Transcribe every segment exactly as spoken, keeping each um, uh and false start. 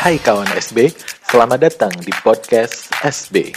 Hai kawan S B, selamat datang di podcast S B.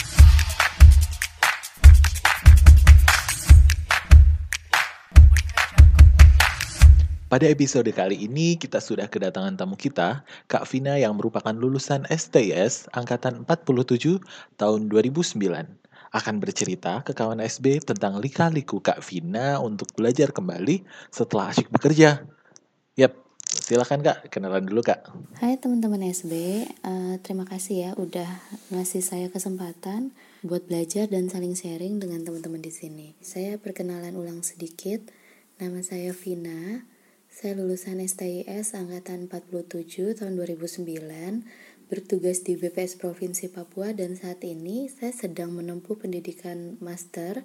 Pada episode kali ini kita sudah kedatangan tamu kita, Kak Vina yang merupakan lulusan S T I S angkatan empat puluh tujuh tahun dua ribu sembilan. Akan bercerita ke kawan S B tentang lika-liku Kak Vina untuk belajar kembali setelah asyik bekerja. Yap, silakan Kak, kenalan dulu Kak. Hai teman-teman S B, uh, terima kasih ya udah ngasih saya kesempatan buat belajar dan saling sharing dengan teman-teman di sini. Saya perkenalan ulang sedikit, nama saya Vina, saya lulusan S T I S angkatan empat puluh tujuh tahun dua ribu sembilan, bertugas di B P S Provinsi Papua dan saat ini saya sedang menempuh pendidikan master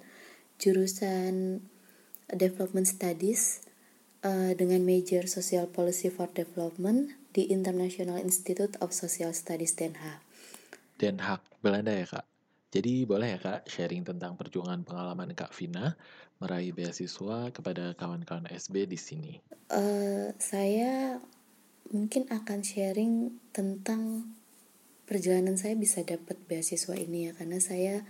jurusan Development Studies uh, dengan major Social Policy for Development di International Institute of Social Studies Den Haag. Den Haag, Belanda ya Kak. Jadi boleh ya Kak sharing tentang perjuangan pengalaman Kak Vina meraih beasiswa kepada kawan-kawan S B di sini. Uh, saya mungkin akan sharing tentang perjalanan saya bisa dapat beasiswa ini ya, karena saya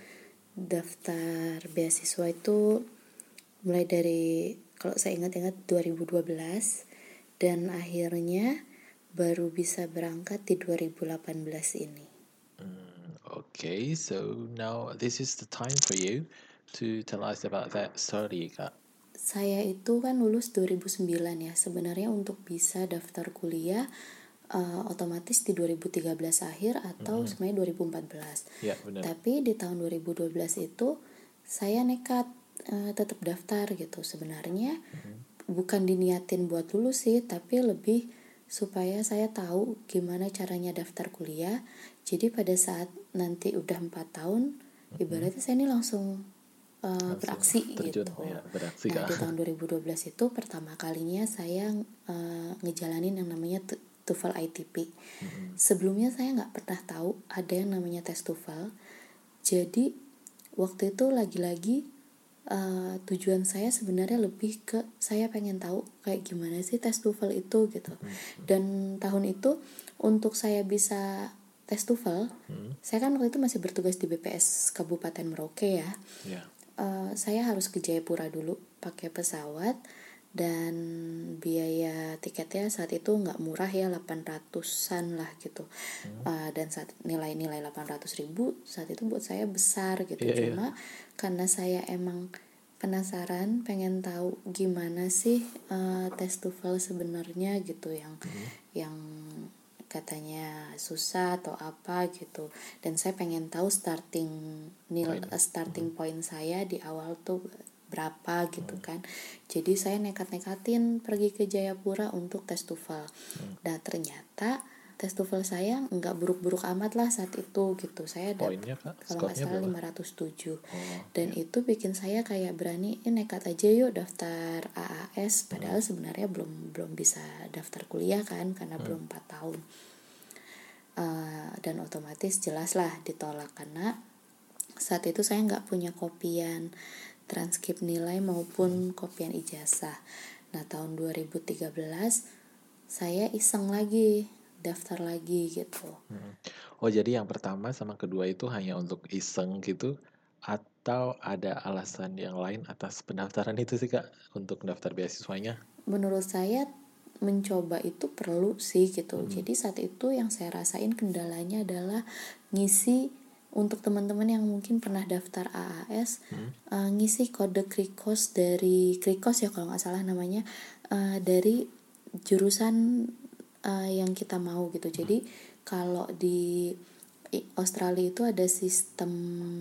daftar beasiswa itu mulai dari, kalau saya ingat-ingat, dua ribu dua belas dan akhirnya baru bisa berangkat di dua ribu delapan belas ini. Hmm, okay, so now this is the time for you to tell us about that story, Kak. Saya itu kan lulus dua ribu sembilan ya. Sebenarnya untuk bisa daftar kuliah uh, otomatis di dua ribu tiga belas akhir atau mm-hmm. sebenarnya dua ribu empat belas. Ya, benar. Tapi di tahun dua ribu dua belas itu saya nekat uh, tetap daftar gitu. Sebenarnya mm-hmm. bukan diniatin buat lulus sih, tapi lebih supaya saya tahu gimana caranya daftar kuliah. Jadi pada saat nanti udah empat tahun, mm-hmm. ibaratnya saya ini langsung Uh, beraksi terjun, gitu. Ya, beraksi, nah di tahun dua ribu dua belas itu pertama kalinya saya uh, ngejalanin yang namanya t- TOEFL I T P. Mm-hmm. Sebelumnya saya nggak pernah tahu ada yang namanya tes TOEFL. Jadi waktu itu lagi-lagi uh, tujuan saya sebenarnya lebih ke saya pengen tahu kayak gimana sih tes TOEFL itu gitu. Mm-hmm. Dan tahun itu untuk saya bisa tes TOEFL, mm-hmm. saya kan waktu itu masih bertugas di B P S Kabupaten Merauke ya. Yeah. Uh, saya harus ke Jayapura dulu pakai pesawat dan biaya tiketnya saat itu nggak murah ya, delapan ratusan lah gitu. hmm. uh, dan saat nilai-nilai delapan ratus ribu saat itu buat saya besar gitu. yeah, cuma yeah. karena saya emang penasaran pengen tahu gimana sih uh, tes TOEFL sebenarnya gitu, yang hmm. yang katanya susah atau apa gitu, dan saya pengen tahu starting nil point. starting point saya di awal tuh berapa gitu hmm. kan. Jadi saya nekat-nekatin pergi ke Jayapura untuk tes TOEFL. hmm. Dan ternyata tes TOEFL saya nggak buruk-buruk amat lah saat itu gitu. Saya dapat kalau nggak salah lima ratus tujuh. Oh, dan ya. Itu bikin saya kayak berani, eh, nekat aja yuk daftar A A S. Padahal hmm. sebenarnya belum belum bisa daftar kuliah kan, karena hmm. belum empat tahun. Uh, dan otomatis jelas lah ditolak karena saat itu saya nggak punya kopian transkrip nilai maupun kopian ijazah. Nah tahun dua ribu tiga belas saya iseng lagi daftar lagi gitu. hmm. Oh jadi yang pertama sama kedua itu hanya untuk iseng gitu, atau ada alasan yang lain atas pendaftaran itu sih Kak untuk daftar beasiswanya? Menurut saya mencoba itu perlu sih gitu. hmm. Jadi saat itu yang saya rasain kendalanya adalah ngisi, untuk teman-teman yang mungkin pernah daftar A A S, hmm. uh, ngisi kode Krikos dari Krikos ya kalau nggak salah namanya, uh, dari jurusan uh, yang kita mau gitu. hmm. Jadi kalau di Australia itu ada sistem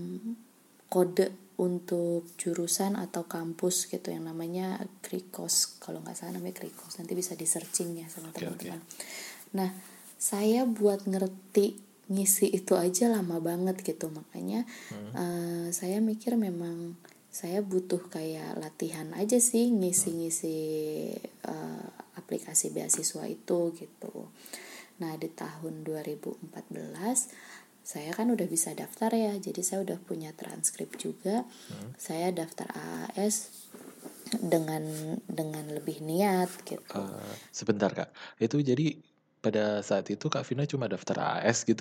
kode untuk jurusan atau kampus gitu yang namanya Krikos, kalau nggak salah namanya Krikos, nanti bisa di searching ya sama okay, teman-teman. Okay. Nah saya buat ngerti ngisi itu aja lama banget gitu, makanya hmm. uh, saya mikir memang saya butuh kayak latihan aja sih ngisi-ngisi uh, aplikasi beasiswa itu gitu. Nah di tahun dua ribu empat belas saya kan udah bisa daftar ya, jadi saya udah punya transkrip juga. hmm. Saya daftar A A S dengan dengan lebih niat gitu. Uh, sebentar Kak, itu jadi pada saat itu Kak Vina cuma daftar A A S gitu?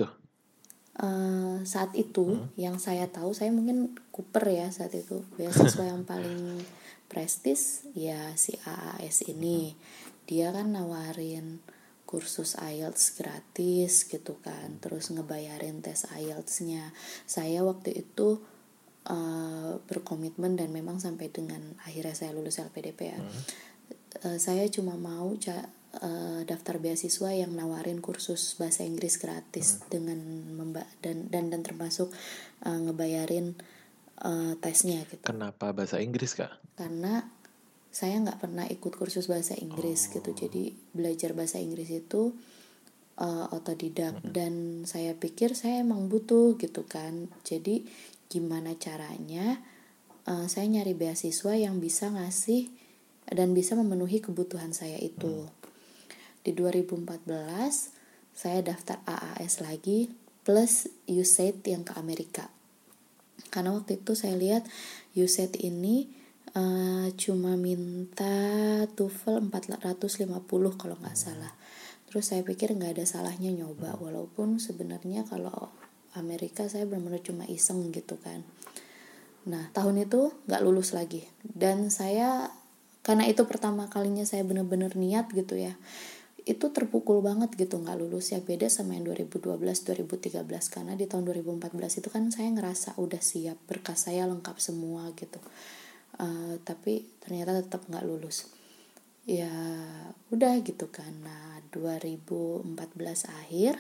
Uh, saat itu Hmm. yang saya tahu, saya mungkin Cooper ya saat itu, beasiswa yang paling prestis ya si A A S ini. Dia kan nawarin kursus I E L T S gratis gitu kan, terus ngebayarin tes I E L T S-nya. Saya waktu itu uh, berkomitmen dan memang sampai dengan akhirnya saya lulus L P D P ya. Hmm. Uh, saya cuma mau ca- uh, daftar beasiswa yang nawarin kursus bahasa Inggris gratis, hmm. dengan memba- dan dan dan termasuk uh, ngebayarin uh, tesnya gitu. Kenapa bahasa Inggris Kak? Karena saya nggak pernah ikut kursus bahasa Inggris. Oh. gitu, jadi belajar bahasa Inggris itu uh, otodidak, hmm. dan saya pikir saya emang butuh gitu kan. Jadi gimana caranya uh, saya nyari beasiswa yang bisa ngasih dan bisa memenuhi kebutuhan saya itu. Hmm. Di dua ribu empat belas saya daftar A A S lagi plus U S A I D yang ke Amerika. Karena waktu itu saya lihat U S A I D ini uh, cuma minta TOEFL empat ratus lima puluh kalau nggak salah. Terus saya pikir nggak ada salahnya nyoba, walaupun sebenarnya kalau Amerika saya benar-benar cuma iseng gitu kan. Nah tahun itu nggak lulus lagi, dan saya karena itu pertama kalinya saya benar-benar niat gitu ya, itu terpukul banget gitu nggak lulus ya. Beda sama yang dua ribu dua belas dua ribu tiga belas, karena di tahun dua ribu empat belas itu kan saya ngerasa udah siap, berkas saya lengkap semua gitu, uh, tapi ternyata tetap nggak lulus ya. Udah gitu kan. Nah dua ribu empat belas akhir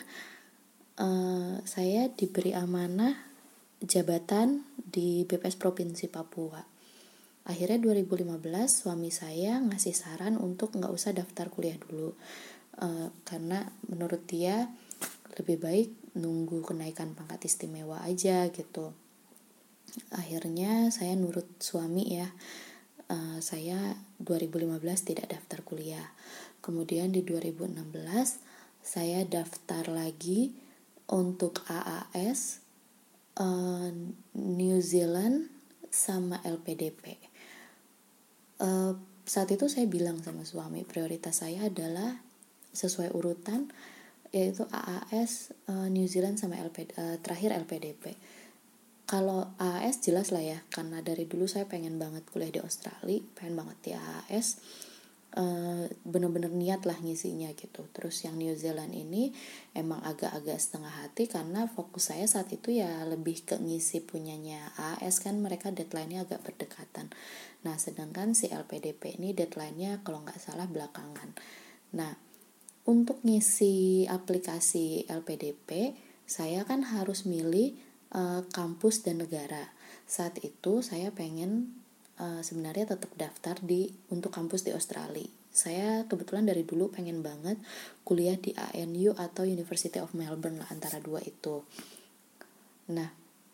uh, saya diberi amanah jabatan di B P S Provinsi Papua. Akhirnya dua ribu lima belas suami saya ngasih saran untuk nggak usah daftar kuliah dulu, uh, karena menurut dia lebih baik nunggu kenaikan pangkat istimewa aja gitu. Akhirnya saya nurut suami ya, uh, saya dua ribu lima belas tidak daftar kuliah. Kemudian di dua ribu enam belas saya daftar lagi untuk A A S, uh, New Zealand sama L P D P. Uh, saat itu saya bilang sama suami, prioritas saya adalah sesuai urutan, yaitu A A S, uh, New Zealand sama L P, uh, terakhir L P D P. Kalau A A S jelas lah ya, karena dari dulu saya pengen banget kuliah di Australia, pengen banget di A A S, uh, bener-bener niat lah ngisinya gitu. Terus yang New Zealand ini emang agak-agak setengah hati, karena fokus saya saat itu ya lebih ke ngisi punyanya A A S kan, mereka deadline-nya agak berdekatan. Nah sedangkan si L P D P ini deadline-nya kalau nggak salah belakangan. Nah untuk ngisi aplikasi L P D P saya kan harus milih uh, kampus dan negara. Saat itu saya pengen uh, sebenarnya tetap daftar di untuk kampus di Australia. Saya kebetulan dari dulu pengen banget kuliah di A N U atau University of Melbourne lah, antara dua itu. Nah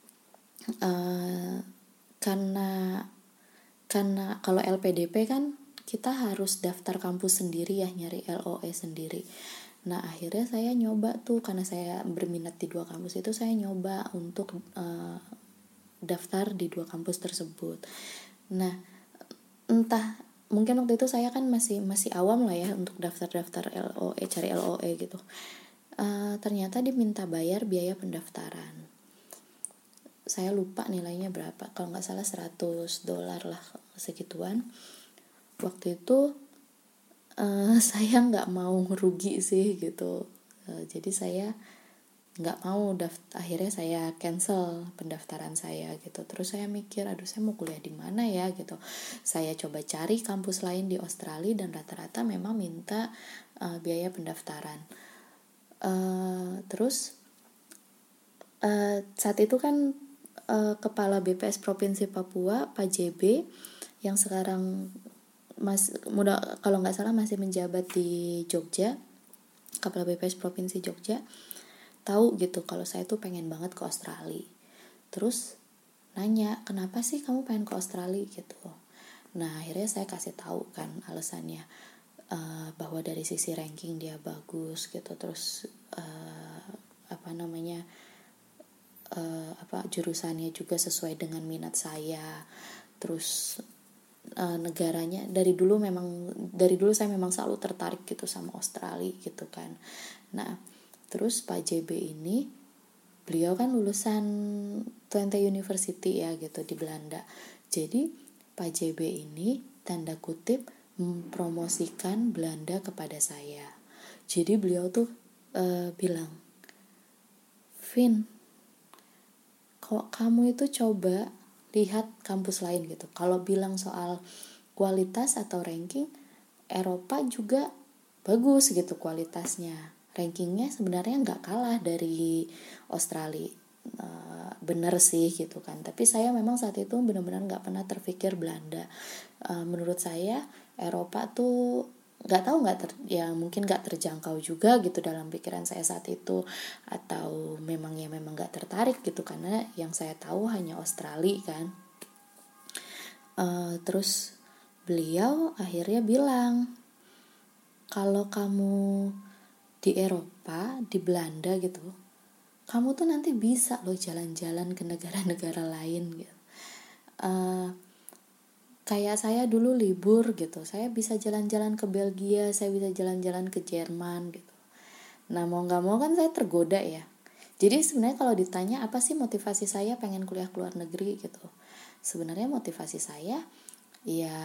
uh, karena karena kalau L P D P kan kita harus daftar kampus sendiri ya, nyari L O E sendiri. Nah akhirnya saya nyoba tuh, karena saya berminat di dua kampus itu, saya nyoba untuk uh, daftar di dua kampus tersebut. Nah entah, mungkin waktu itu saya kan masih masih awam lah ya untuk daftar-daftar L O E, cari L O E gitu. Uh, ternyata diminta bayar biaya pendaftaran. Saya lupa nilainya berapa, kalau nggak salah seratus dolar lah, segituan. Waktu itu uh, saya nggak mau rugi sih gitu, uh, jadi saya nggak mau daftar. Akhirnya saya cancel pendaftaran saya gitu. Terus saya mikir, aduh saya mau kuliah di mana ya gitu. Saya coba cari kampus lain di Australia dan rata-rata memang minta uh, biaya pendaftaran. Uh, terus uh, saat itu kan uh, kepala B P S Provinsi Papua Pak J B yang sekarang Mas, mudah kalau nggak salah masih menjabat di Jogja, kepala B P S Provinsi Jogja, tahu gitu kalau saya tuh pengen banget ke Australia. Terus nanya, kenapa sih kamu pengen ke Australia gitu. Nah akhirnya saya kasih tahu kan alasannya, uh, bahwa dari sisi ranking dia bagus gitu, terus uh, apa namanya uh, apa jurusannya juga sesuai dengan minat saya, terus Uh, negaranya dari dulu memang dari dulu saya memang selalu tertarik gitu sama Australia gitu kan. Nah, terus Pak J B ini, beliau kan lulusan Twente University ya gitu di Belanda. Jadi Pak J B ini tanda kutip mempromosikan Belanda kepada saya. Jadi beliau tuh uh, bilang, Vin, kok kamu itu coba lihat kampus lain gitu. Kalau bilang soal kualitas atau ranking, Eropa juga bagus gitu kualitasnya. Rankingnya sebenarnya nggak kalah dari Australia. Uh, bener sih gitu kan. Tapi saya memang saat itu benar-benar nggak pernah terpikir Belanda. Uh, menurut saya Eropa tuh nggak tahu nggak ter ya mungkin nggak terjangkau juga gitu dalam pikiran saya saat itu, atau memang ya memang nggak tertarik gitu karena yang saya tahu hanya Australia kan. Uh, terus beliau akhirnya bilang, kalau kamu di Eropa, di Belanda gitu, kamu tuh nanti bisa loh jalan-jalan ke negara-negara lain gitu. Uh, kayak saya dulu libur gitu, saya bisa jalan-jalan ke Belgia, saya bisa jalan-jalan ke Jerman gitu. Nah mau nggak mau kan saya tergoda ya. Jadi sebenarnya kalau ditanya apa sih motivasi saya pengen kuliah ke luar negeri gitu, sebenarnya motivasi saya ya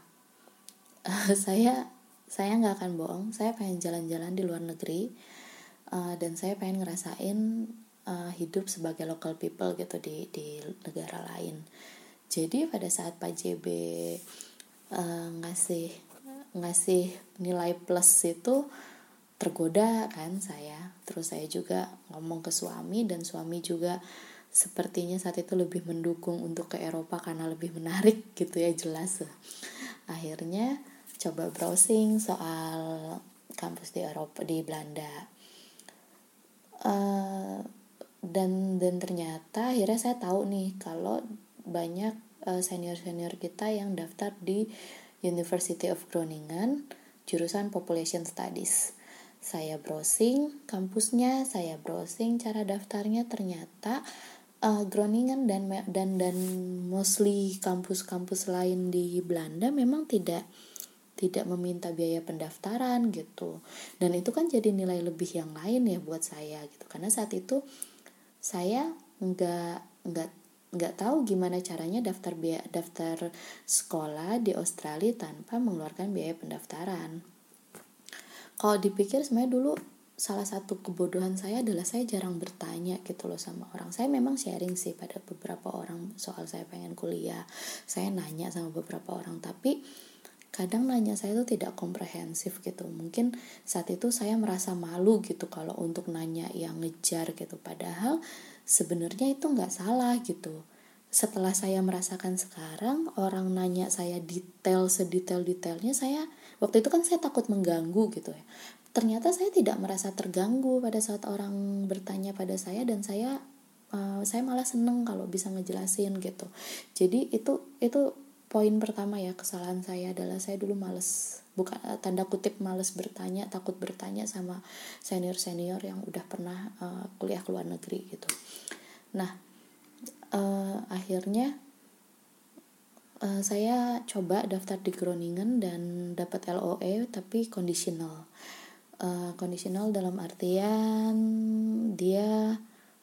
saya saya nggak akan bohong, saya pengen jalan-jalan di luar negeri, uh, dan saya pengen ngerasain uh, hidup sebagai local people gitu di di negara lain. Jadi pada saat Pak J B uh, ngasih ngasih nilai plus itu, tergoda kan saya. Terus saya juga ngomong ke suami, dan suami juga sepertinya saat itu lebih mendukung untuk ke Eropa karena lebih menarik gitu ya, jelas. Akhirnya coba browsing soal kampus di Eropa, di Belanda. Uh, dan dan ternyata akhirnya saya tahu nih kalau banyak uh, senior-senior kita yang daftar di University of Groningen jurusan Population Studies. Saya browsing kampusnya, saya browsing cara daftarnya, ternyata uh, Groningen dan dan dan mostly kampus-kampus lain di Belanda memang tidak tidak meminta biaya pendaftaran gitu. Dan itu kan jadi nilai lebih yang lain ya buat saya gitu. Karena saat itu saya nggak nggak nggak tahu gimana caranya daftar biaya daftar sekolah di Australia tanpa mengeluarkan biaya pendaftaran. Kalau dipikir sebenarnya dulu salah satu kebodohan saya adalah saya jarang bertanya gitu loh sama orang. Saya memang sharing sih pada beberapa orang soal saya pengen kuliah, saya nanya sama beberapa orang, tapi kadang nanya saya tuh tidak komprehensif gitu. Mungkin saat itu saya merasa malu gitu kalau untuk nanya yang ngejar gitu, padahal sebenarnya itu nggak salah gitu. Setelah saya merasakan sekarang, orang nanya saya detail sedetail-detailnya, saya waktu itu kan saya takut mengganggu gitu ya. Ternyata saya tidak merasa terganggu pada saat orang bertanya pada saya, dan saya uh, saya malah seneng kalau bisa ngejelasin gitu. Jadi itu itu poin pertama ya, kesalahan saya adalah saya dulu males, bukan tanda kutip males bertanya, takut bertanya sama senior-senior yang udah pernah uh, kuliah ke luar negeri gitu. Nah uh, akhirnya uh, saya coba daftar di Groningen dan dapat L O E tapi conditional. Uh, conditional dalam artian dia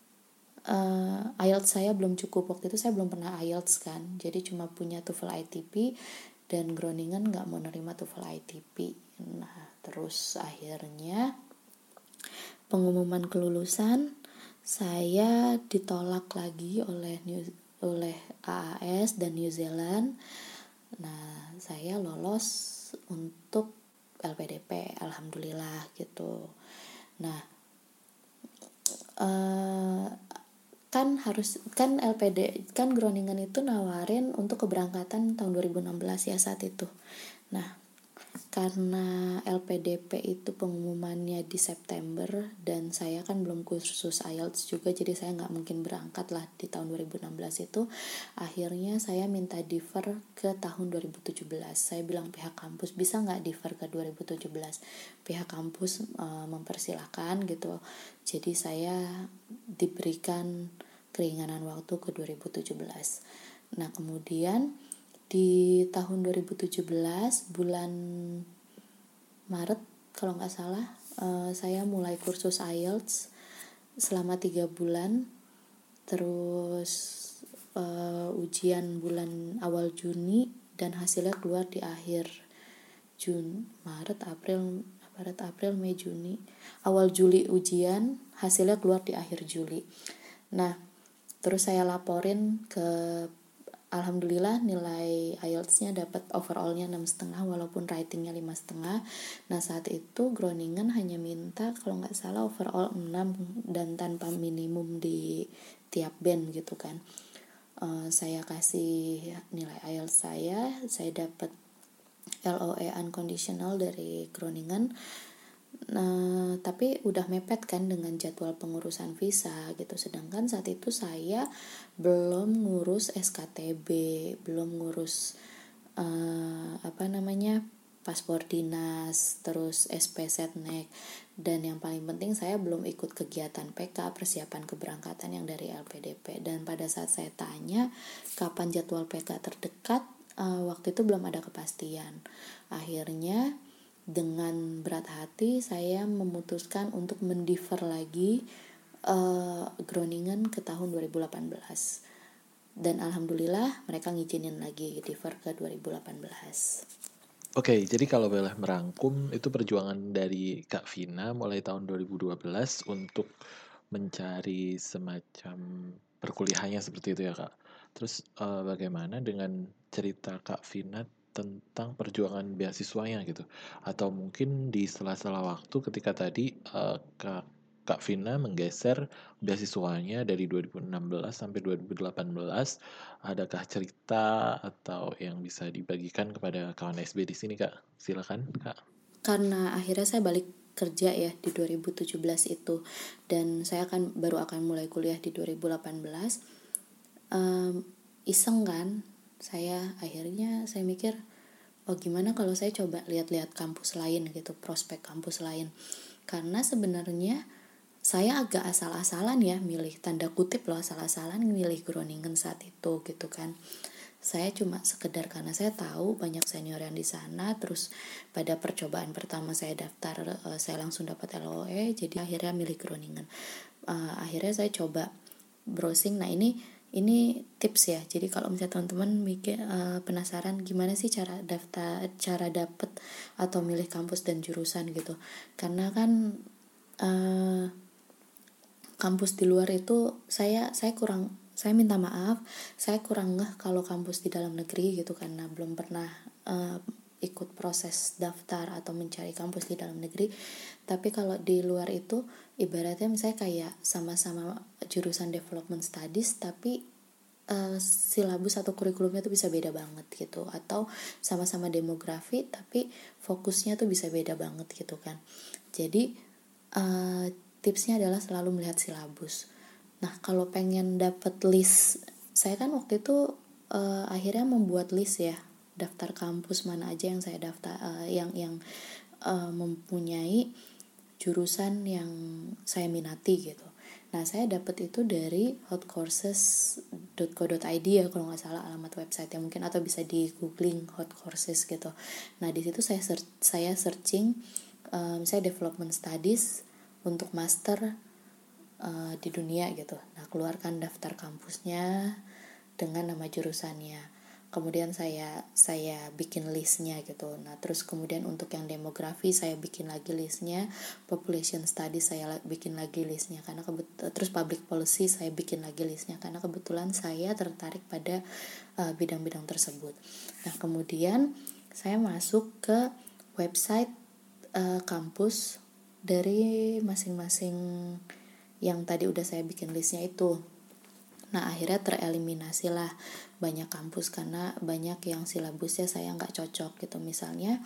Uh, I E L T S saya belum cukup. Waktu itu saya belum pernah I E L T S kan, jadi cuma punya TOEFL I T P, dan Groningen gak mau nerima TOEFL I T P. Nah terus akhirnya pengumuman kelulusan saya ditolak lagi oleh New, oleh A A S dan New Zealand. Nah saya lolos untuk L P D P, alhamdulillah gitu. Nah uh, kan harus kan L P D kan Groningen itu nawarin untuk keberangkatan tahun dua ribu enam belas ya saat itu. Nah karena L P D P itu pengumumannya di September dan saya kan belum kursus I E L T S juga, jadi saya nggak mungkin berangkat lah di tahun dua ribu enam belas itu. Akhirnya saya minta defer ke tahun dua ribu tujuh belas. Saya bilang pihak kampus bisa nggak defer ke dua ribu tujuh belas. Pihak kampus uh, mempersilahkan gitu. Jadi saya diberikan keringanan waktu ke dua ribu tujuh belas. Nah kemudian di tahun dua ribu tujuh belas bulan Maret kalau nggak salah, uh, saya mulai kursus I E L T S selama tiga bulan, terus uh, ujian bulan awal Juni dan hasilnya keluar di akhir Jun, Maret, April, Maret, April, Mei, Juni, awal Juli ujian, hasilnya keluar di akhir Juli. Nah, terus saya laporin ke, alhamdulillah nilai I E L T S-nya dapat overall-nya enam koma lima walaupun writing-nya lima koma lima. Nah, saat itu Groningen hanya minta kalau nggak salah overall enam dan tanpa minimum di tiap band gitu kan. Uh, saya kasih nilai I E L T S saya, saya dapat L O E unconditional dari Groningen. Nah, tapi udah mepet kan dengan jadwal pengurusan visa gitu. Sedangkan saat itu saya belum ngurus S K T B, belum ngurus uh, apa namanya paspor dinas, terus S P Setnek, dan yang paling penting saya belum ikut kegiatan P K, persiapan keberangkatan yang dari L P D P. Dan pada saat saya tanya kapan jadwal P K terdekat, uh, waktu itu belum ada kepastian. Akhirnya dengan berat hati saya memutuskan untuk mendefer lagi uh, Groningen ke tahun dua ribu delapan belas. Dan alhamdulillah mereka ngizinin lagi defer ke dua ribu delapan belas. Oke, jadi kalau boleh merangkum, itu perjuangan dari Kak Vina mulai tahun dua ribu dua belas untuk mencari semacam perkuliahannya seperti itu ya Kak. Terus uh, bagaimana dengan cerita Kak Vina tentang perjuangan beasiswanya gitu? Atau mungkin di sela-sela waktu ketika tadi uh, Kak Kak Vina menggeser beasiswanya dari dua ribu enam belas sampai dua ribu delapan belas, adakah cerita atau yang bisa dibagikan kepada kawan S B di sini Kak? Silakan Kak. Karena akhirnya saya balik kerja ya di dua ribu tujuh belas itu, dan saya akan baru akan mulai kuliah di dua ribu delapan belas. Um, iseng kan, saya akhirnya saya mikir, oh gimana kalau saya coba lihat-lihat kampus lain gitu, prospek kampus lain. Karena sebenarnya saya agak asal-asalan ya milih, tanda kutip loh asal-asalan milih Groningen saat itu gitu kan. Saya cuma sekedar karena saya tahu banyak senior yang di sana, terus pada percobaan pertama saya daftar uh, saya langsung dapat L O E, jadi akhirnya milih Groningen. Uh, akhirnya saya coba browsing. Nah ini ini tips ya. Jadi kalau misalnya teman-teman mikir uh, penasaran gimana sih cara daftar, cara dapet atau milih kampus dan jurusan gitu. Karena kan uh, kampus di luar itu saya saya kurang saya minta maaf, saya kurang ngeh kalau kampus di dalam negeri gitu karena belum pernah uh, ikut proses daftar atau mencari kampus di dalam negeri. Tapi kalau di luar itu ibaratnya misalnya kayak sama-sama jurusan development studies tapi uh, silabus atau kurikulumnya tuh bisa beda banget gitu, atau sama-sama demografi tapi fokusnya tuh bisa beda banget gitu kan. Jadi uh, tipsnya adalah selalu melihat silabus. Nah kalau pengen dapet list, saya kan waktu itu uh, akhirnya membuat list ya, daftar kampus mana aja yang saya daftar, uh, yang yang uh, mempunyai jurusan yang saya minati gitu. Nah saya dapat itu dari hotcourses dot co dot i d ya kalau nggak salah alamat website ya mungkin, atau bisa di googling hotcourses gitu. Nah di situ saya search, saya searching uh, misalnya development studies untuk master uh, di dunia gitu. Nah keluarkan daftar kampusnya dengan nama jurusannya. Kemudian saya saya bikin listnya gitu. Nah terus kemudian untuk yang demografi saya bikin lagi listnya, population studies saya bikin lagi listnya karena kebet- terus public policy saya bikin lagi listnya karena kebetulan saya tertarik pada uh, bidang-bidang tersebut. Nah kemudian saya masuk ke website uh, kampus dari masing-masing yang tadi udah saya bikin listnya itu. Nah akhirnya tereliminasi lah banyak kampus karena banyak yang silabusnya saya nggak cocok gitu. Misalnya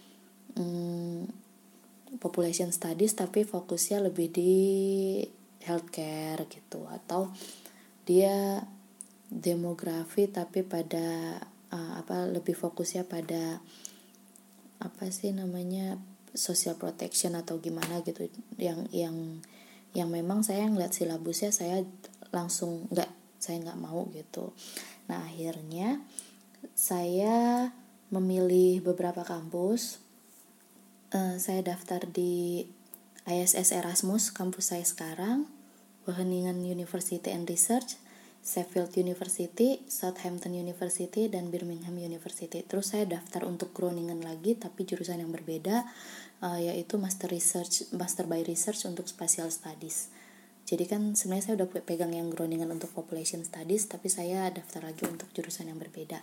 hmm, population studies tapi fokusnya lebih di healthcare gitu, atau dia demografi tapi pada uh, apa lebih fokusnya pada apa sih namanya social protection atau gimana gitu, yang yang yang memang saya ngeliat silabusnya saya langsung nggak, saya nggak mau gitu. Nah akhirnya saya memilih beberapa kampus, uh, saya daftar di I S S Erasmus kampus saya sekarang, Wageningen University and Research, Sheffield University, Southampton University, dan Birmingham University. Terus saya daftar untuk Groningen lagi, tapi jurusan yang berbeda, uh, yaitu Master Research, Master by Research untuk Spatial Studies. Jadi kan sebenarnya saya udah pegang yang Groningen untuk Population Studies, tapi saya daftar lagi untuk jurusan yang berbeda.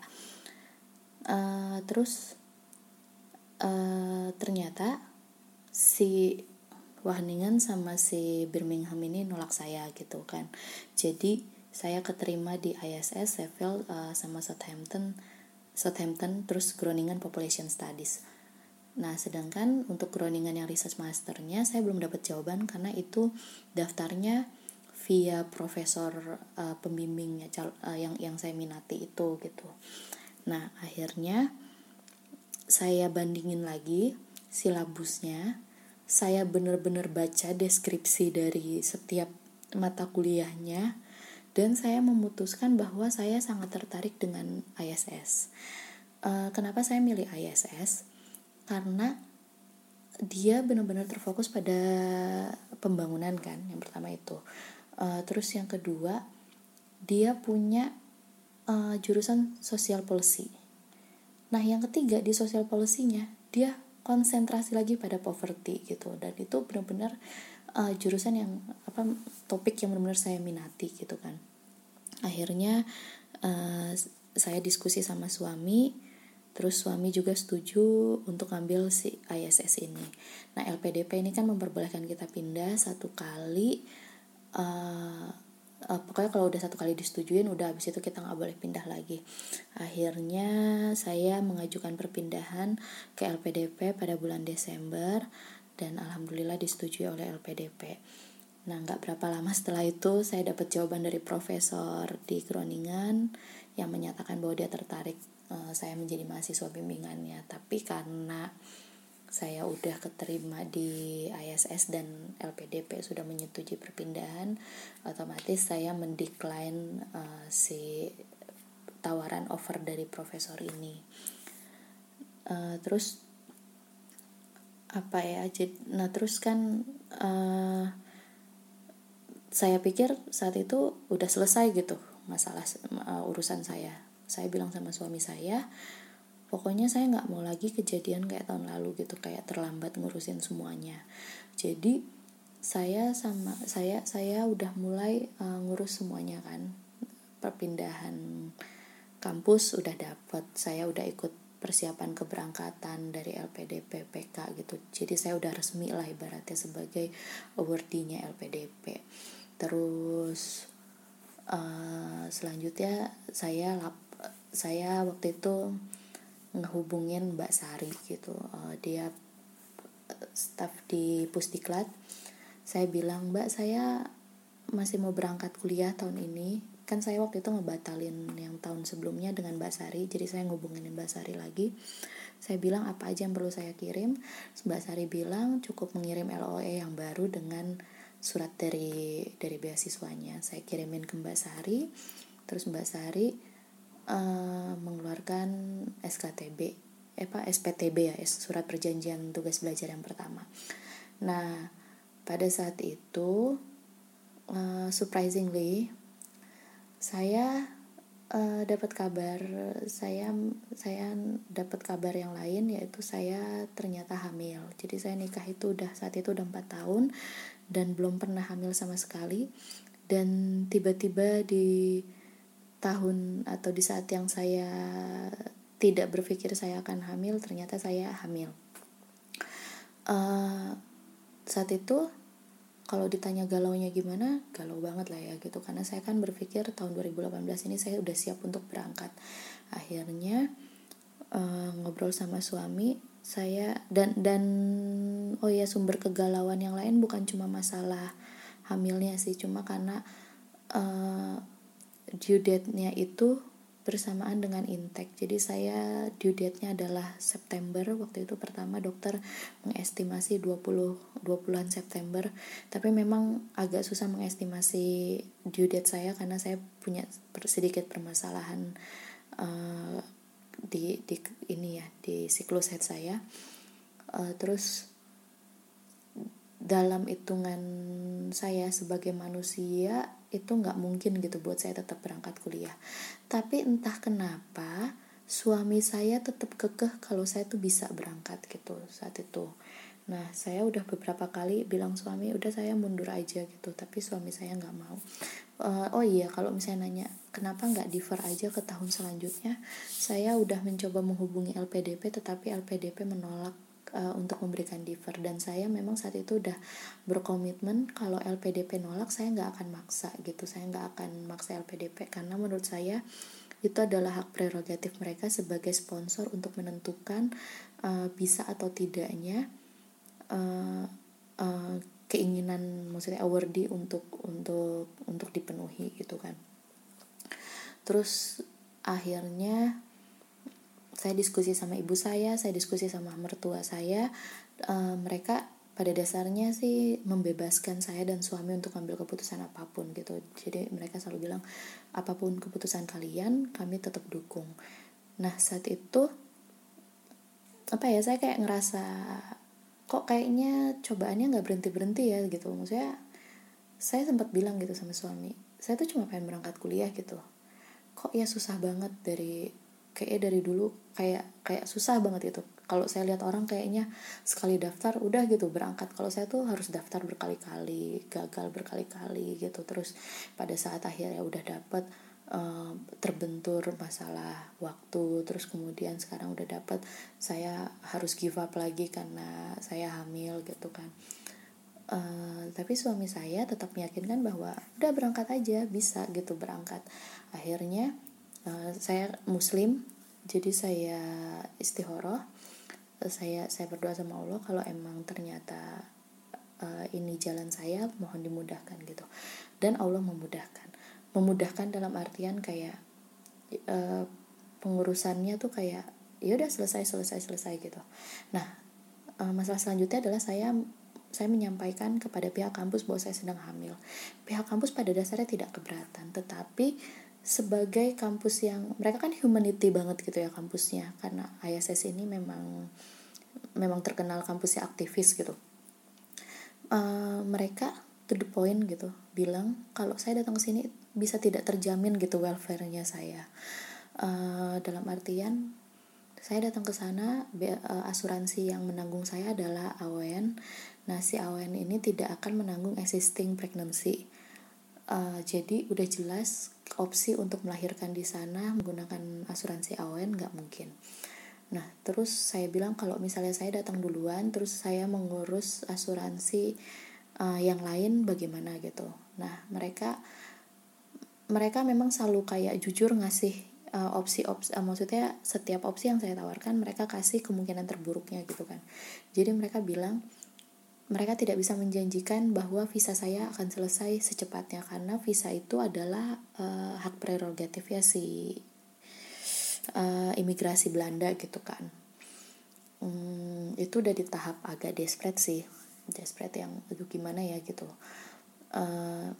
Uh, terus uh, ternyata si Wageningen sama si Birmingham ini nolak saya gitu kan. Jadi saya keterima di I S S, Sheffield, uh, sama Southampton, Southampton, terus Groningen Population Studies. Nah, sedangkan untuk Groningen yang Research Masternya saya belum dapat jawaban karena itu daftarnya via profesor uh, pembimbingnya uh, yang yang saya minati itu gitu. Nah, akhirnya saya bandingin lagi silabusnya. Saya benar-benar baca deskripsi dari setiap mata kuliahnya, dan saya memutuskan bahwa saya sangat tertarik dengan I S S. Uh, kenapa saya milih I S S? Karena dia benar-benar terfokus pada pembangunan kan, yang pertama itu. Uh, terus yang kedua, dia punya uh, jurusan social policy. Nah, yang ketiga di social policy-nya, dia konsentrasi lagi pada poverty gitu, dan itu benar-benar uh, jurusan yang apa topik yang benar-benar saya minati gitu kan. Akhirnya uh, saya diskusi sama suami, terus suami juga setuju untuk ambil si I S S ini. Nah, L P D P ini kan memperbolehkan kita pindah satu kali, uh, Uh, pokoknya kalau udah satu kali disetujuin udah, habis itu kita nggak boleh pindah lagi. Akhirnya saya mengajukan perpindahan ke L P D P pada bulan Desember, dan alhamdulillah disetujui oleh L P D P. Nah, nggak berapa lama setelah itu saya dapat jawaban dari profesor di Groningen yang menyatakan bahwa dia tertarik uh, saya menjadi mahasiswa bimbingannya. Tapi karena saya udah keterima di I S S dan L P D P sudah menyetujui perpindahan, otomatis saya mendecline uh, si tawaran offer dari profesor ini. Uh, terus apa ya? Nah terus kan uh, saya pikir saat itu udah selesai gitu masalah uh, urusan saya. Saya bilang sama suami saya, pokoknya saya nggak mau lagi kejadian kayak tahun lalu gitu, kayak terlambat ngurusin semuanya. Jadi saya sama saya saya udah mulai uh, ngurus semuanya kan, perpindahan kampus udah dapet, saya udah ikut persiapan keberangkatan dari L P D P P K gitu. Jadi saya udah resmi lah ibaratnya sebagai awardee-nya L P D P. Terus uh, selanjutnya saya lap, saya waktu itu ngehubungin Mbak Sari gitu, uh, dia staff di Pusdiklat. Saya bilang, Mbak, saya masih mau berangkat kuliah tahun ini. Kan saya waktu itu ngebatalin yang tahun sebelumnya dengan Mbak Sari, jadi saya ngehubungin Mbak Sari lagi. Saya bilang apa aja yang perlu saya kirim. Mbak Sari bilang cukup mengirim L O E yang baru dengan surat dari dari beasiswanya. Saya kirimin ke Mbak Sari, terus Mbak Sari Uh, mengeluarkan S K T B, eh apa S P T B ya, surat perjanjian tugas belajar yang pertama. Nah, pada saat itu uh, surprisingly saya uh, dapat kabar, saya saya dapat kabar yang lain, yaitu saya ternyata hamil. Jadi saya nikah itu udah saat itu udah empat tahun dan belum pernah hamil sama sekali, dan tiba-tiba di tahun atau di saat yang saya tidak berpikir saya akan hamil, ternyata saya hamil. Uh, saat itu kalau ditanya galaunya gimana, galau banget lah ya gitu, karena saya kan berpikir tahun dua ribu delapan belas ini saya udah siap untuk berangkat. Akhirnya uh, ngobrol sama suami saya, dan dan oh ya, sumber kegalauan yang lain bukan cuma masalah hamilnya sih, cuma karena uh, due date-nya itu bersamaan dengan intake. Jadi saya due date-nya adalah September. Waktu itu pertama dokter mengestimasi dua puluhan September. Tapi memang agak susah mengestimasi due date saya karena saya punya sedikit permasalahan uh, di di ini ya, di siklus head saya. Uh, terus dalam hitungan saya sebagai manusia itu nggak mungkin gitu buat saya tetap berangkat kuliah. Tapi entah kenapa suami saya tetap kekeh kalau saya tuh bisa berangkat gitu saat itu. Nah, saya udah beberapa kali bilang suami udah saya mundur aja gitu, tapi suami saya nggak mau. Uh, oh iya, kalau misalnya nanya kenapa nggak defer aja ke tahun selanjutnya, saya udah mencoba menghubungi L P D P tetapi L P D P menolak uh, untuk memberikan defer, dan saya memang saat itu udah berkomitmen kalau L P D P nolak saya nggak akan maksa gitu, saya nggak akan maksa L P D P karena menurut saya itu adalah hak prerogatif mereka sebagai sponsor untuk menentukan uh, bisa atau tidaknya uh, uh, keinginan maksudnya awardee untuk untuk untuk dipenuhi gitu kan. Terus akhirnya saya diskusi sama ibu saya, saya diskusi sama mertua saya, uh, mereka pada dasarnya sih membebaskan saya dan suami untuk ambil keputusan apapun gitu. Jadi mereka selalu bilang apapun keputusan kalian kami tetap dukung. Nah saat itu apa ya, saya kayak ngerasa kok kayaknya cobaannya nggak berhenti berhenti ya gitu. Maksudnya saya sempat bilang gitu sama suami, saya tuh cuma pengen berangkat kuliah gitu, kok ya susah banget dari kayaknya dari dulu kayak kayak susah banget itu. Kalau saya lihat orang kayaknya sekali daftar udah gitu berangkat, kalau saya tuh harus daftar berkali-kali, gagal berkali-kali gitu. Terus pada saat akhirnya udah dapet uh, terbentur masalah waktu, terus kemudian sekarang udah dapet saya harus give up lagi karena saya hamil gitu kan. Uh, tapi suami saya tetap meyakinkan bahwa udah berangkat aja, bisa gitu berangkat. Akhirnya uh, saya muslim, jadi saya istikharah, saya saya berdoa sama Allah kalau emang ternyata uh, ini jalan saya, mohon dimudahkan gitu. Dan Allah memudahkan. Memudahkan dalam artian kayak uh, pengurusannya tuh kayak ya udah selesai selesai selesai gitu. Nah, uh, masalah selanjutnya adalah saya saya menyampaikan kepada pihak kampus bahwa saya sedang hamil. Pihak kampus pada dasarnya tidak keberatan, tetapi sebagai kampus yang mereka kan humanity banget gitu ya kampusnya, karena I S S ini memang memang terkenal kampusnya aktivis gitu. Uh, mereka to the point gitu bilang kalau saya datang ke sini bisa tidak terjamin gitu welfare-nya saya. Uh, dalam artian saya datang ke sana, asuransi yang menanggung saya adalah A W N. Nah, si A W N ini tidak akan menanggung existing pregnancy. Uh, jadi udah jelas opsi untuk melahirkan di sana menggunakan asuransi A W N nggak mungkin. Nah, terus saya bilang kalau misalnya saya datang duluan, terus saya mengurus asuransi uh, yang lain bagaimana gitu. Nah, mereka mereka memang selalu kayak jujur ngasih Uh, opsi-opsi uh, maksudnya setiap opsi yang saya tawarkan mereka kasih kemungkinan terburuknya gitu kan. Jadi mereka bilang mereka tidak bisa menjanjikan bahwa visa saya akan selesai secepatnya karena visa itu adalah uh, hak prerogatif ya si uh, imigrasi Belanda gitu kan. Hmm, itu udah di tahap agak desperate sih, desperate yang aduh gimana ya gitu. Uh,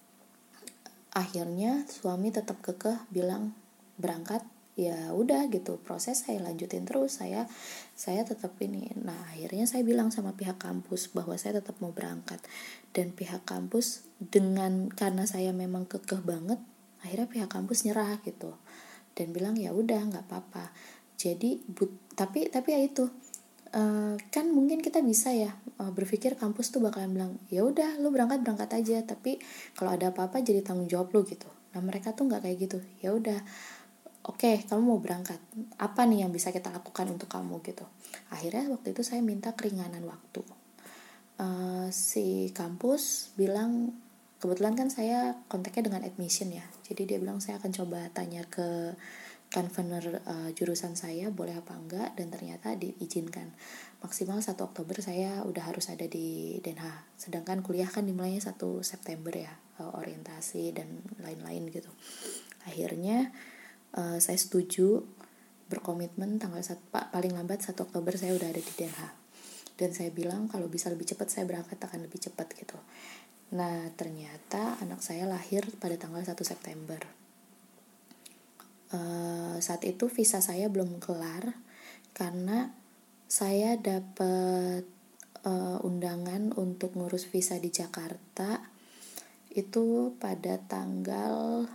akhirnya suami tetap kekeh bilang berangkat, ya udah gitu, proses saya lanjutin terus, saya saya tetap ini. Nah akhirnya saya bilang sama pihak kampus bahwa saya tetap mau berangkat, dan pihak kampus dengan karena saya memang kekeh banget, akhirnya pihak kampus nyerah gitu dan bilang ya udah nggak apa-apa. Jadi but, tapi tapi ya itu uh, kan mungkin kita bisa ya uh, berpikir kampus tuh bakalan bilang ya udah lu berangkat berangkat aja, tapi kalau ada apa-apa jadi tanggung jawab lu gitu. Nah mereka tuh nggak kayak gitu, ya udah oke, okay, kamu mau berangkat, apa nih yang bisa kita lakukan untuk kamu gitu. Akhirnya waktu itu saya minta keringanan waktu. Uh, si kampus bilang, kebetulan kan saya kontaknya dengan admission ya, jadi dia bilang saya akan coba tanya ke convener uh, jurusan saya boleh apa enggak, dan ternyata diizinkan. Maksimal satu Oktober saya udah harus ada di Den Haag, sedangkan kuliah kan dimulainya satu September ya, uh, orientasi dan lain-lain gitu. Akhirnya Uh, saya setuju, berkomitmen tanggal satu, paling lambat satu Oktober saya udah ada di Den Haag. Dan saya bilang kalau bisa lebih cepat saya berangkat akan lebih cepat gitu. Nah ternyata anak saya lahir pada tanggal satu September. Uh, saat itu visa saya belum kelar karena saya dapat uh, undangan untuk ngurus visa di Jakarta itu pada tanggal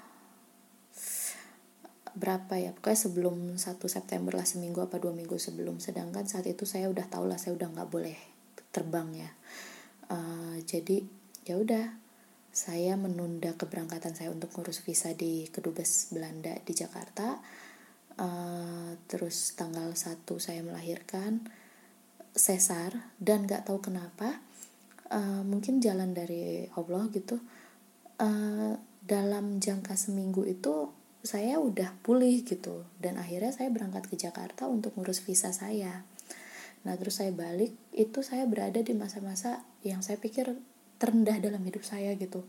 berapa ya, pokoknya sebelum satu September lah, seminggu apa dua minggu sebelum. Sedangkan saat itu saya udah tahu lah saya udah nggak boleh terbang ya. Uh, jadi ya udah, saya menunda keberangkatan saya untuk ngurus visa di Kedubes Belanda di Jakarta. Uh, terus tanggal satu saya melahirkan, sesar, dan nggak tahu kenapa, uh, mungkin jalan dari Allah gitu. Uh, dalam jangka seminggu itu saya udah pulih gitu, dan akhirnya saya berangkat ke Jakarta untuk ngurus visa saya. Nah terus saya balik, itu saya berada di masa-masa yang saya pikir terendah dalam hidup saya gitu,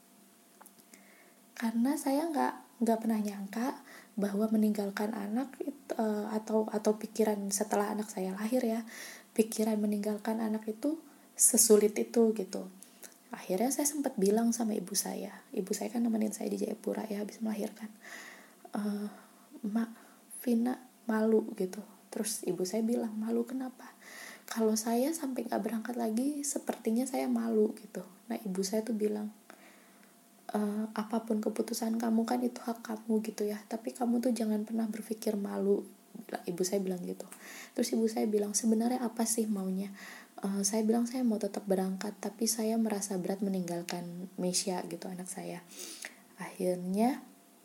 karena saya nggak nggak pernah nyangka bahwa meninggalkan anak itu, uh, atau atau pikiran setelah anak saya lahir ya, pikiran meninggalkan anak itu sesulit itu gitu. Akhirnya saya sempat bilang sama ibu saya, ibu saya kan nemenin saya di Jayapura ya habis melahirkan, e, Mak, Vina malu gitu. Terus ibu saya bilang, malu kenapa? Kalau saya sampai gak berangkat lagi, sepertinya saya malu gitu. Nah ibu saya tuh bilang, e, apapun keputusan kamu kan itu hak kamu gitu ya, tapi kamu tuh jangan pernah berpikir malu. Ibu saya bilang gitu. Terus ibu saya bilang, sebenarnya apa sih maunya? Uh, saya bilang saya mau tetap berangkat, tapi saya merasa berat meninggalkan Mesya gitu, anak saya. Akhirnya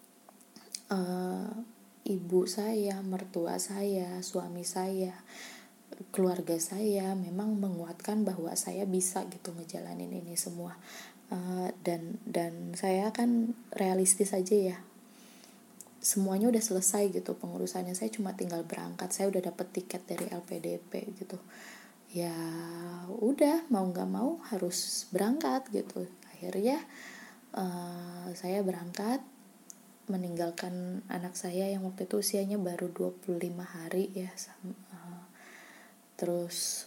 uh, ibu saya, mertua saya, suami saya, keluarga saya memang menguatkan bahwa saya bisa gitu ngejalanin ini semua. Uh, dan dan saya kan realistis aja ya, semuanya udah selesai gitu pengurusannya, saya cuma tinggal berangkat, saya udah dapet tiket dari L P D P gitu. Ya udah, mau nggak mau harus berangkat gitu. Akhirnya uh, saya berangkat, meninggalkan anak saya yang waktu itu usianya baru dua puluh lima hari ya. Uh, terus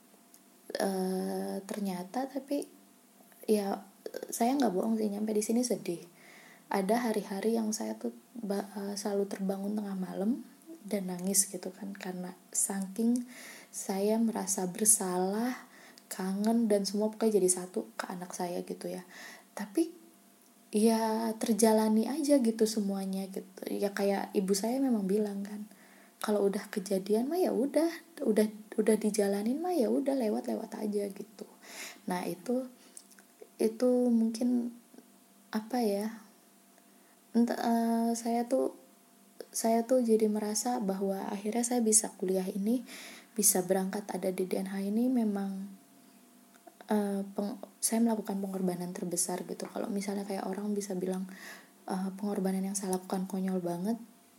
uh, ternyata tapi ya saya nggak bohong sih, nyampe di sini sedih. Ada hari-hari yang saya tuh uh, selalu terbangun tengah malam dan nangis gitu kan, karena saking saya merasa bersalah, kangen, dan semua pokoknya jadi satu ke anak saya gitu ya. Tapi ya terjalani aja gitu semuanya gitu ya, kayak ibu saya memang bilang kan, kalau udah kejadian mah ya udah udah udah dijalanin mah ya udah, lewat-lewat aja gitu. Nah itu itu mungkin apa ya, entah, uh, saya tuh saya tuh jadi merasa bahwa akhirnya saya bisa kuliah ini, bisa berangkat ada di D N H ini memang uh, peng, saya melakukan pengorbanan terbesar gitu. Kalau misalnya kayak orang bisa bilang uh, pengorbanan yang saya lakukan konyol banget,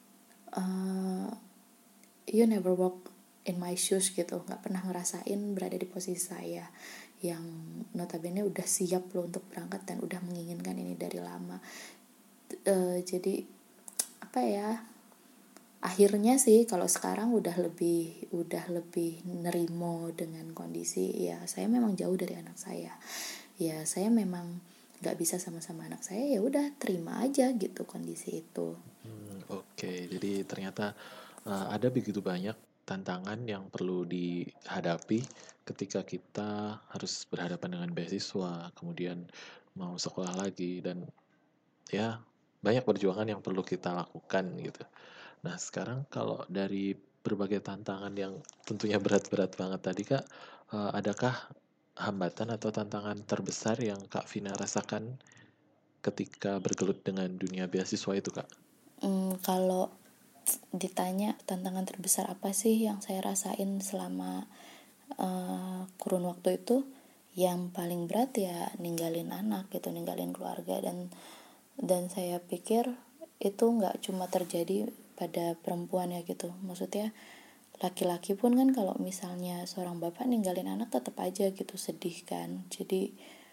uh, you never walk in my shoes gitu, nggak pernah ngerasain berada di posisi saya yang notabene udah siap loh untuk berangkat dan udah menginginkan ini dari lama. Uh, jadi apa ya, akhirnya sih kalau sekarang udah lebih udah lebih nerimo dengan kondisi ya, saya memang jauh dari anak saya ya, saya memang nggak bisa sama-sama anak saya, ya udah terima aja gitu kondisi itu. hmm, oke okay. Jadi ternyata uh, ada begitu banyak tantangan yang perlu dihadapi ketika kita harus berhadapan dengan beasiswa, kemudian mau sekolah lagi, dan ya banyak perjuangan yang perlu kita lakukan gitu. Nah, sekarang kalau dari berbagai tantangan yang tentunya berat-berat banget tadi, Kak, eh, adakah hambatan atau tantangan terbesar yang Kak Vina rasakan ketika bergelut dengan dunia beasiswa itu, Kak? Hmm, kalau ditanya tantangan terbesar apa sih yang saya rasain selama uh, kurun waktu itu, yang paling berat ya ninggalin anak gitu, ninggalin keluarga. Dan dan saya pikir itu nggak cuma terjadi pada perempuan ya gitu, maksudnya laki-laki pun kan kalau misalnya seorang bapak ninggalin anak tetap aja gitu sedih kan. Jadi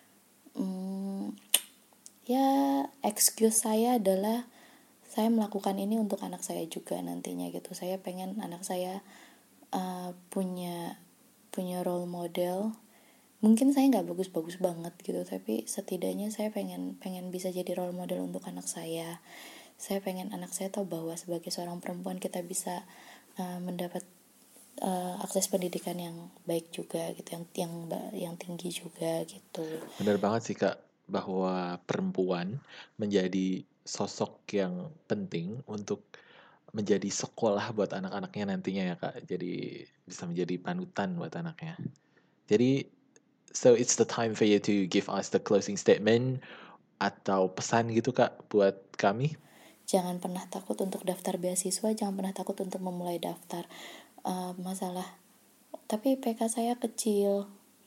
hmm, ya excuse saya adalah saya melakukan ini untuk anak saya juga nantinya gitu. Saya pengen anak saya uh, punya punya role model. Mungkin saya nggak bagus-bagus banget gitu, tapi setidaknya saya pengen pengen bisa jadi role model untuk anak saya. Saya pengen anak saya tahu bahwa sebagai seorang perempuan kita bisa uh, mendapat uh, akses pendidikan yang baik juga gitu, yang yang yang tinggi juga gitu. Benar banget sih Kak, bahwa perempuan menjadi sosok yang penting untuk menjadi sekolah buat anak-anaknya nantinya ya Kak. Jadi bisa menjadi panutan buat anaknya. Jadi so it's the time for you to give us the closing statement atau pesan gitu Kak buat kami. Jangan pernah takut untuk daftar beasiswa, jangan pernah takut untuk memulai daftar. Uh, masalah, tapi I P K saya kecil.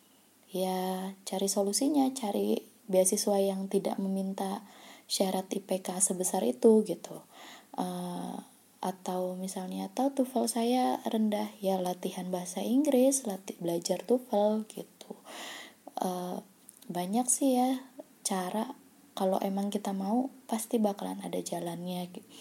Ya, cari solusinya, cari beasiswa yang tidak meminta syarat I P K sebesar itu gitu. Uh, atau misalnya, atau TOEFL saya rendah, ya latihan bahasa Inggris, latih belajar TOEFL gitu. Uh, banyak sih ya cara. Kalau emang kita mau, pasti bakalan ada jalannya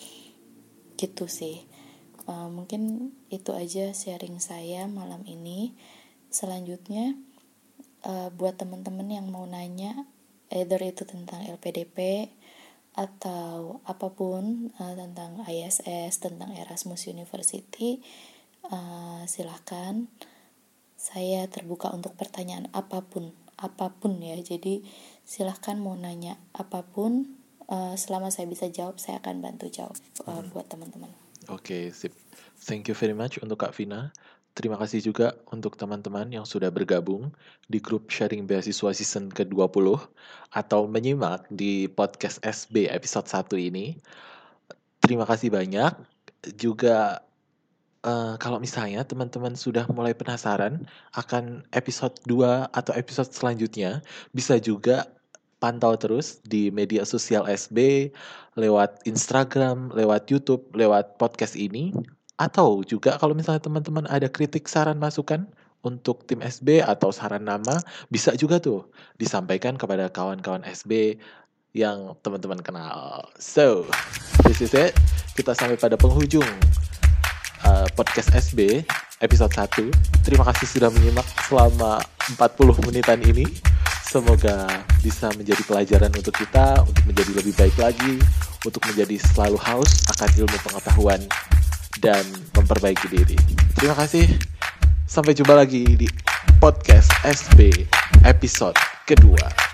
gitu sih. Uh, mungkin itu aja sharing saya malam ini. Selanjutnya, uh, buat teman-teman yang mau nanya, either itu tentang L P D P atau apapun uh, tentang I S S, tentang Erasmus University, uh, silahkan. Saya terbuka untuk pertanyaan apapun, apapun ya. Jadi silahkan mau nanya apapun, uh, selama saya bisa jawab, saya akan bantu jawab uh, hmm. buat teman-teman. Oke, okay, sip. Thank you very much untuk Kak Vina. Terima kasih juga untuk teman-teman yang sudah bergabung di grup sharing beasiswa season ke dua puluh atau menyimak di podcast S B episode satu ini. Terima kasih banyak. Juga uh, kalau misalnya teman-teman sudah mulai penasaran akan episode dua atau episode selanjutnya, bisa juga pantau terus di media sosial S B, lewat Instagram, lewat YouTube, lewat podcast ini. Atau juga kalau misalnya teman-teman ada kritik, saran, masukan untuk tim S B atau saran nama, bisa juga tuh disampaikan kepada kawan-kawan S B yang teman-teman kenal. So, this is it. Kita sampai pada penghujung uh, podcast S B episode satu. Terima kasih sudah menyimak selama empat puluh menitan ini. Semoga bisa menjadi pelajaran untuk kita, untuk menjadi lebih baik lagi, untuk menjadi selalu haus akan ilmu pengetahuan dan memperbaiki diri. Terima kasih. Sampai jumpa lagi di podcast S B episode kedua.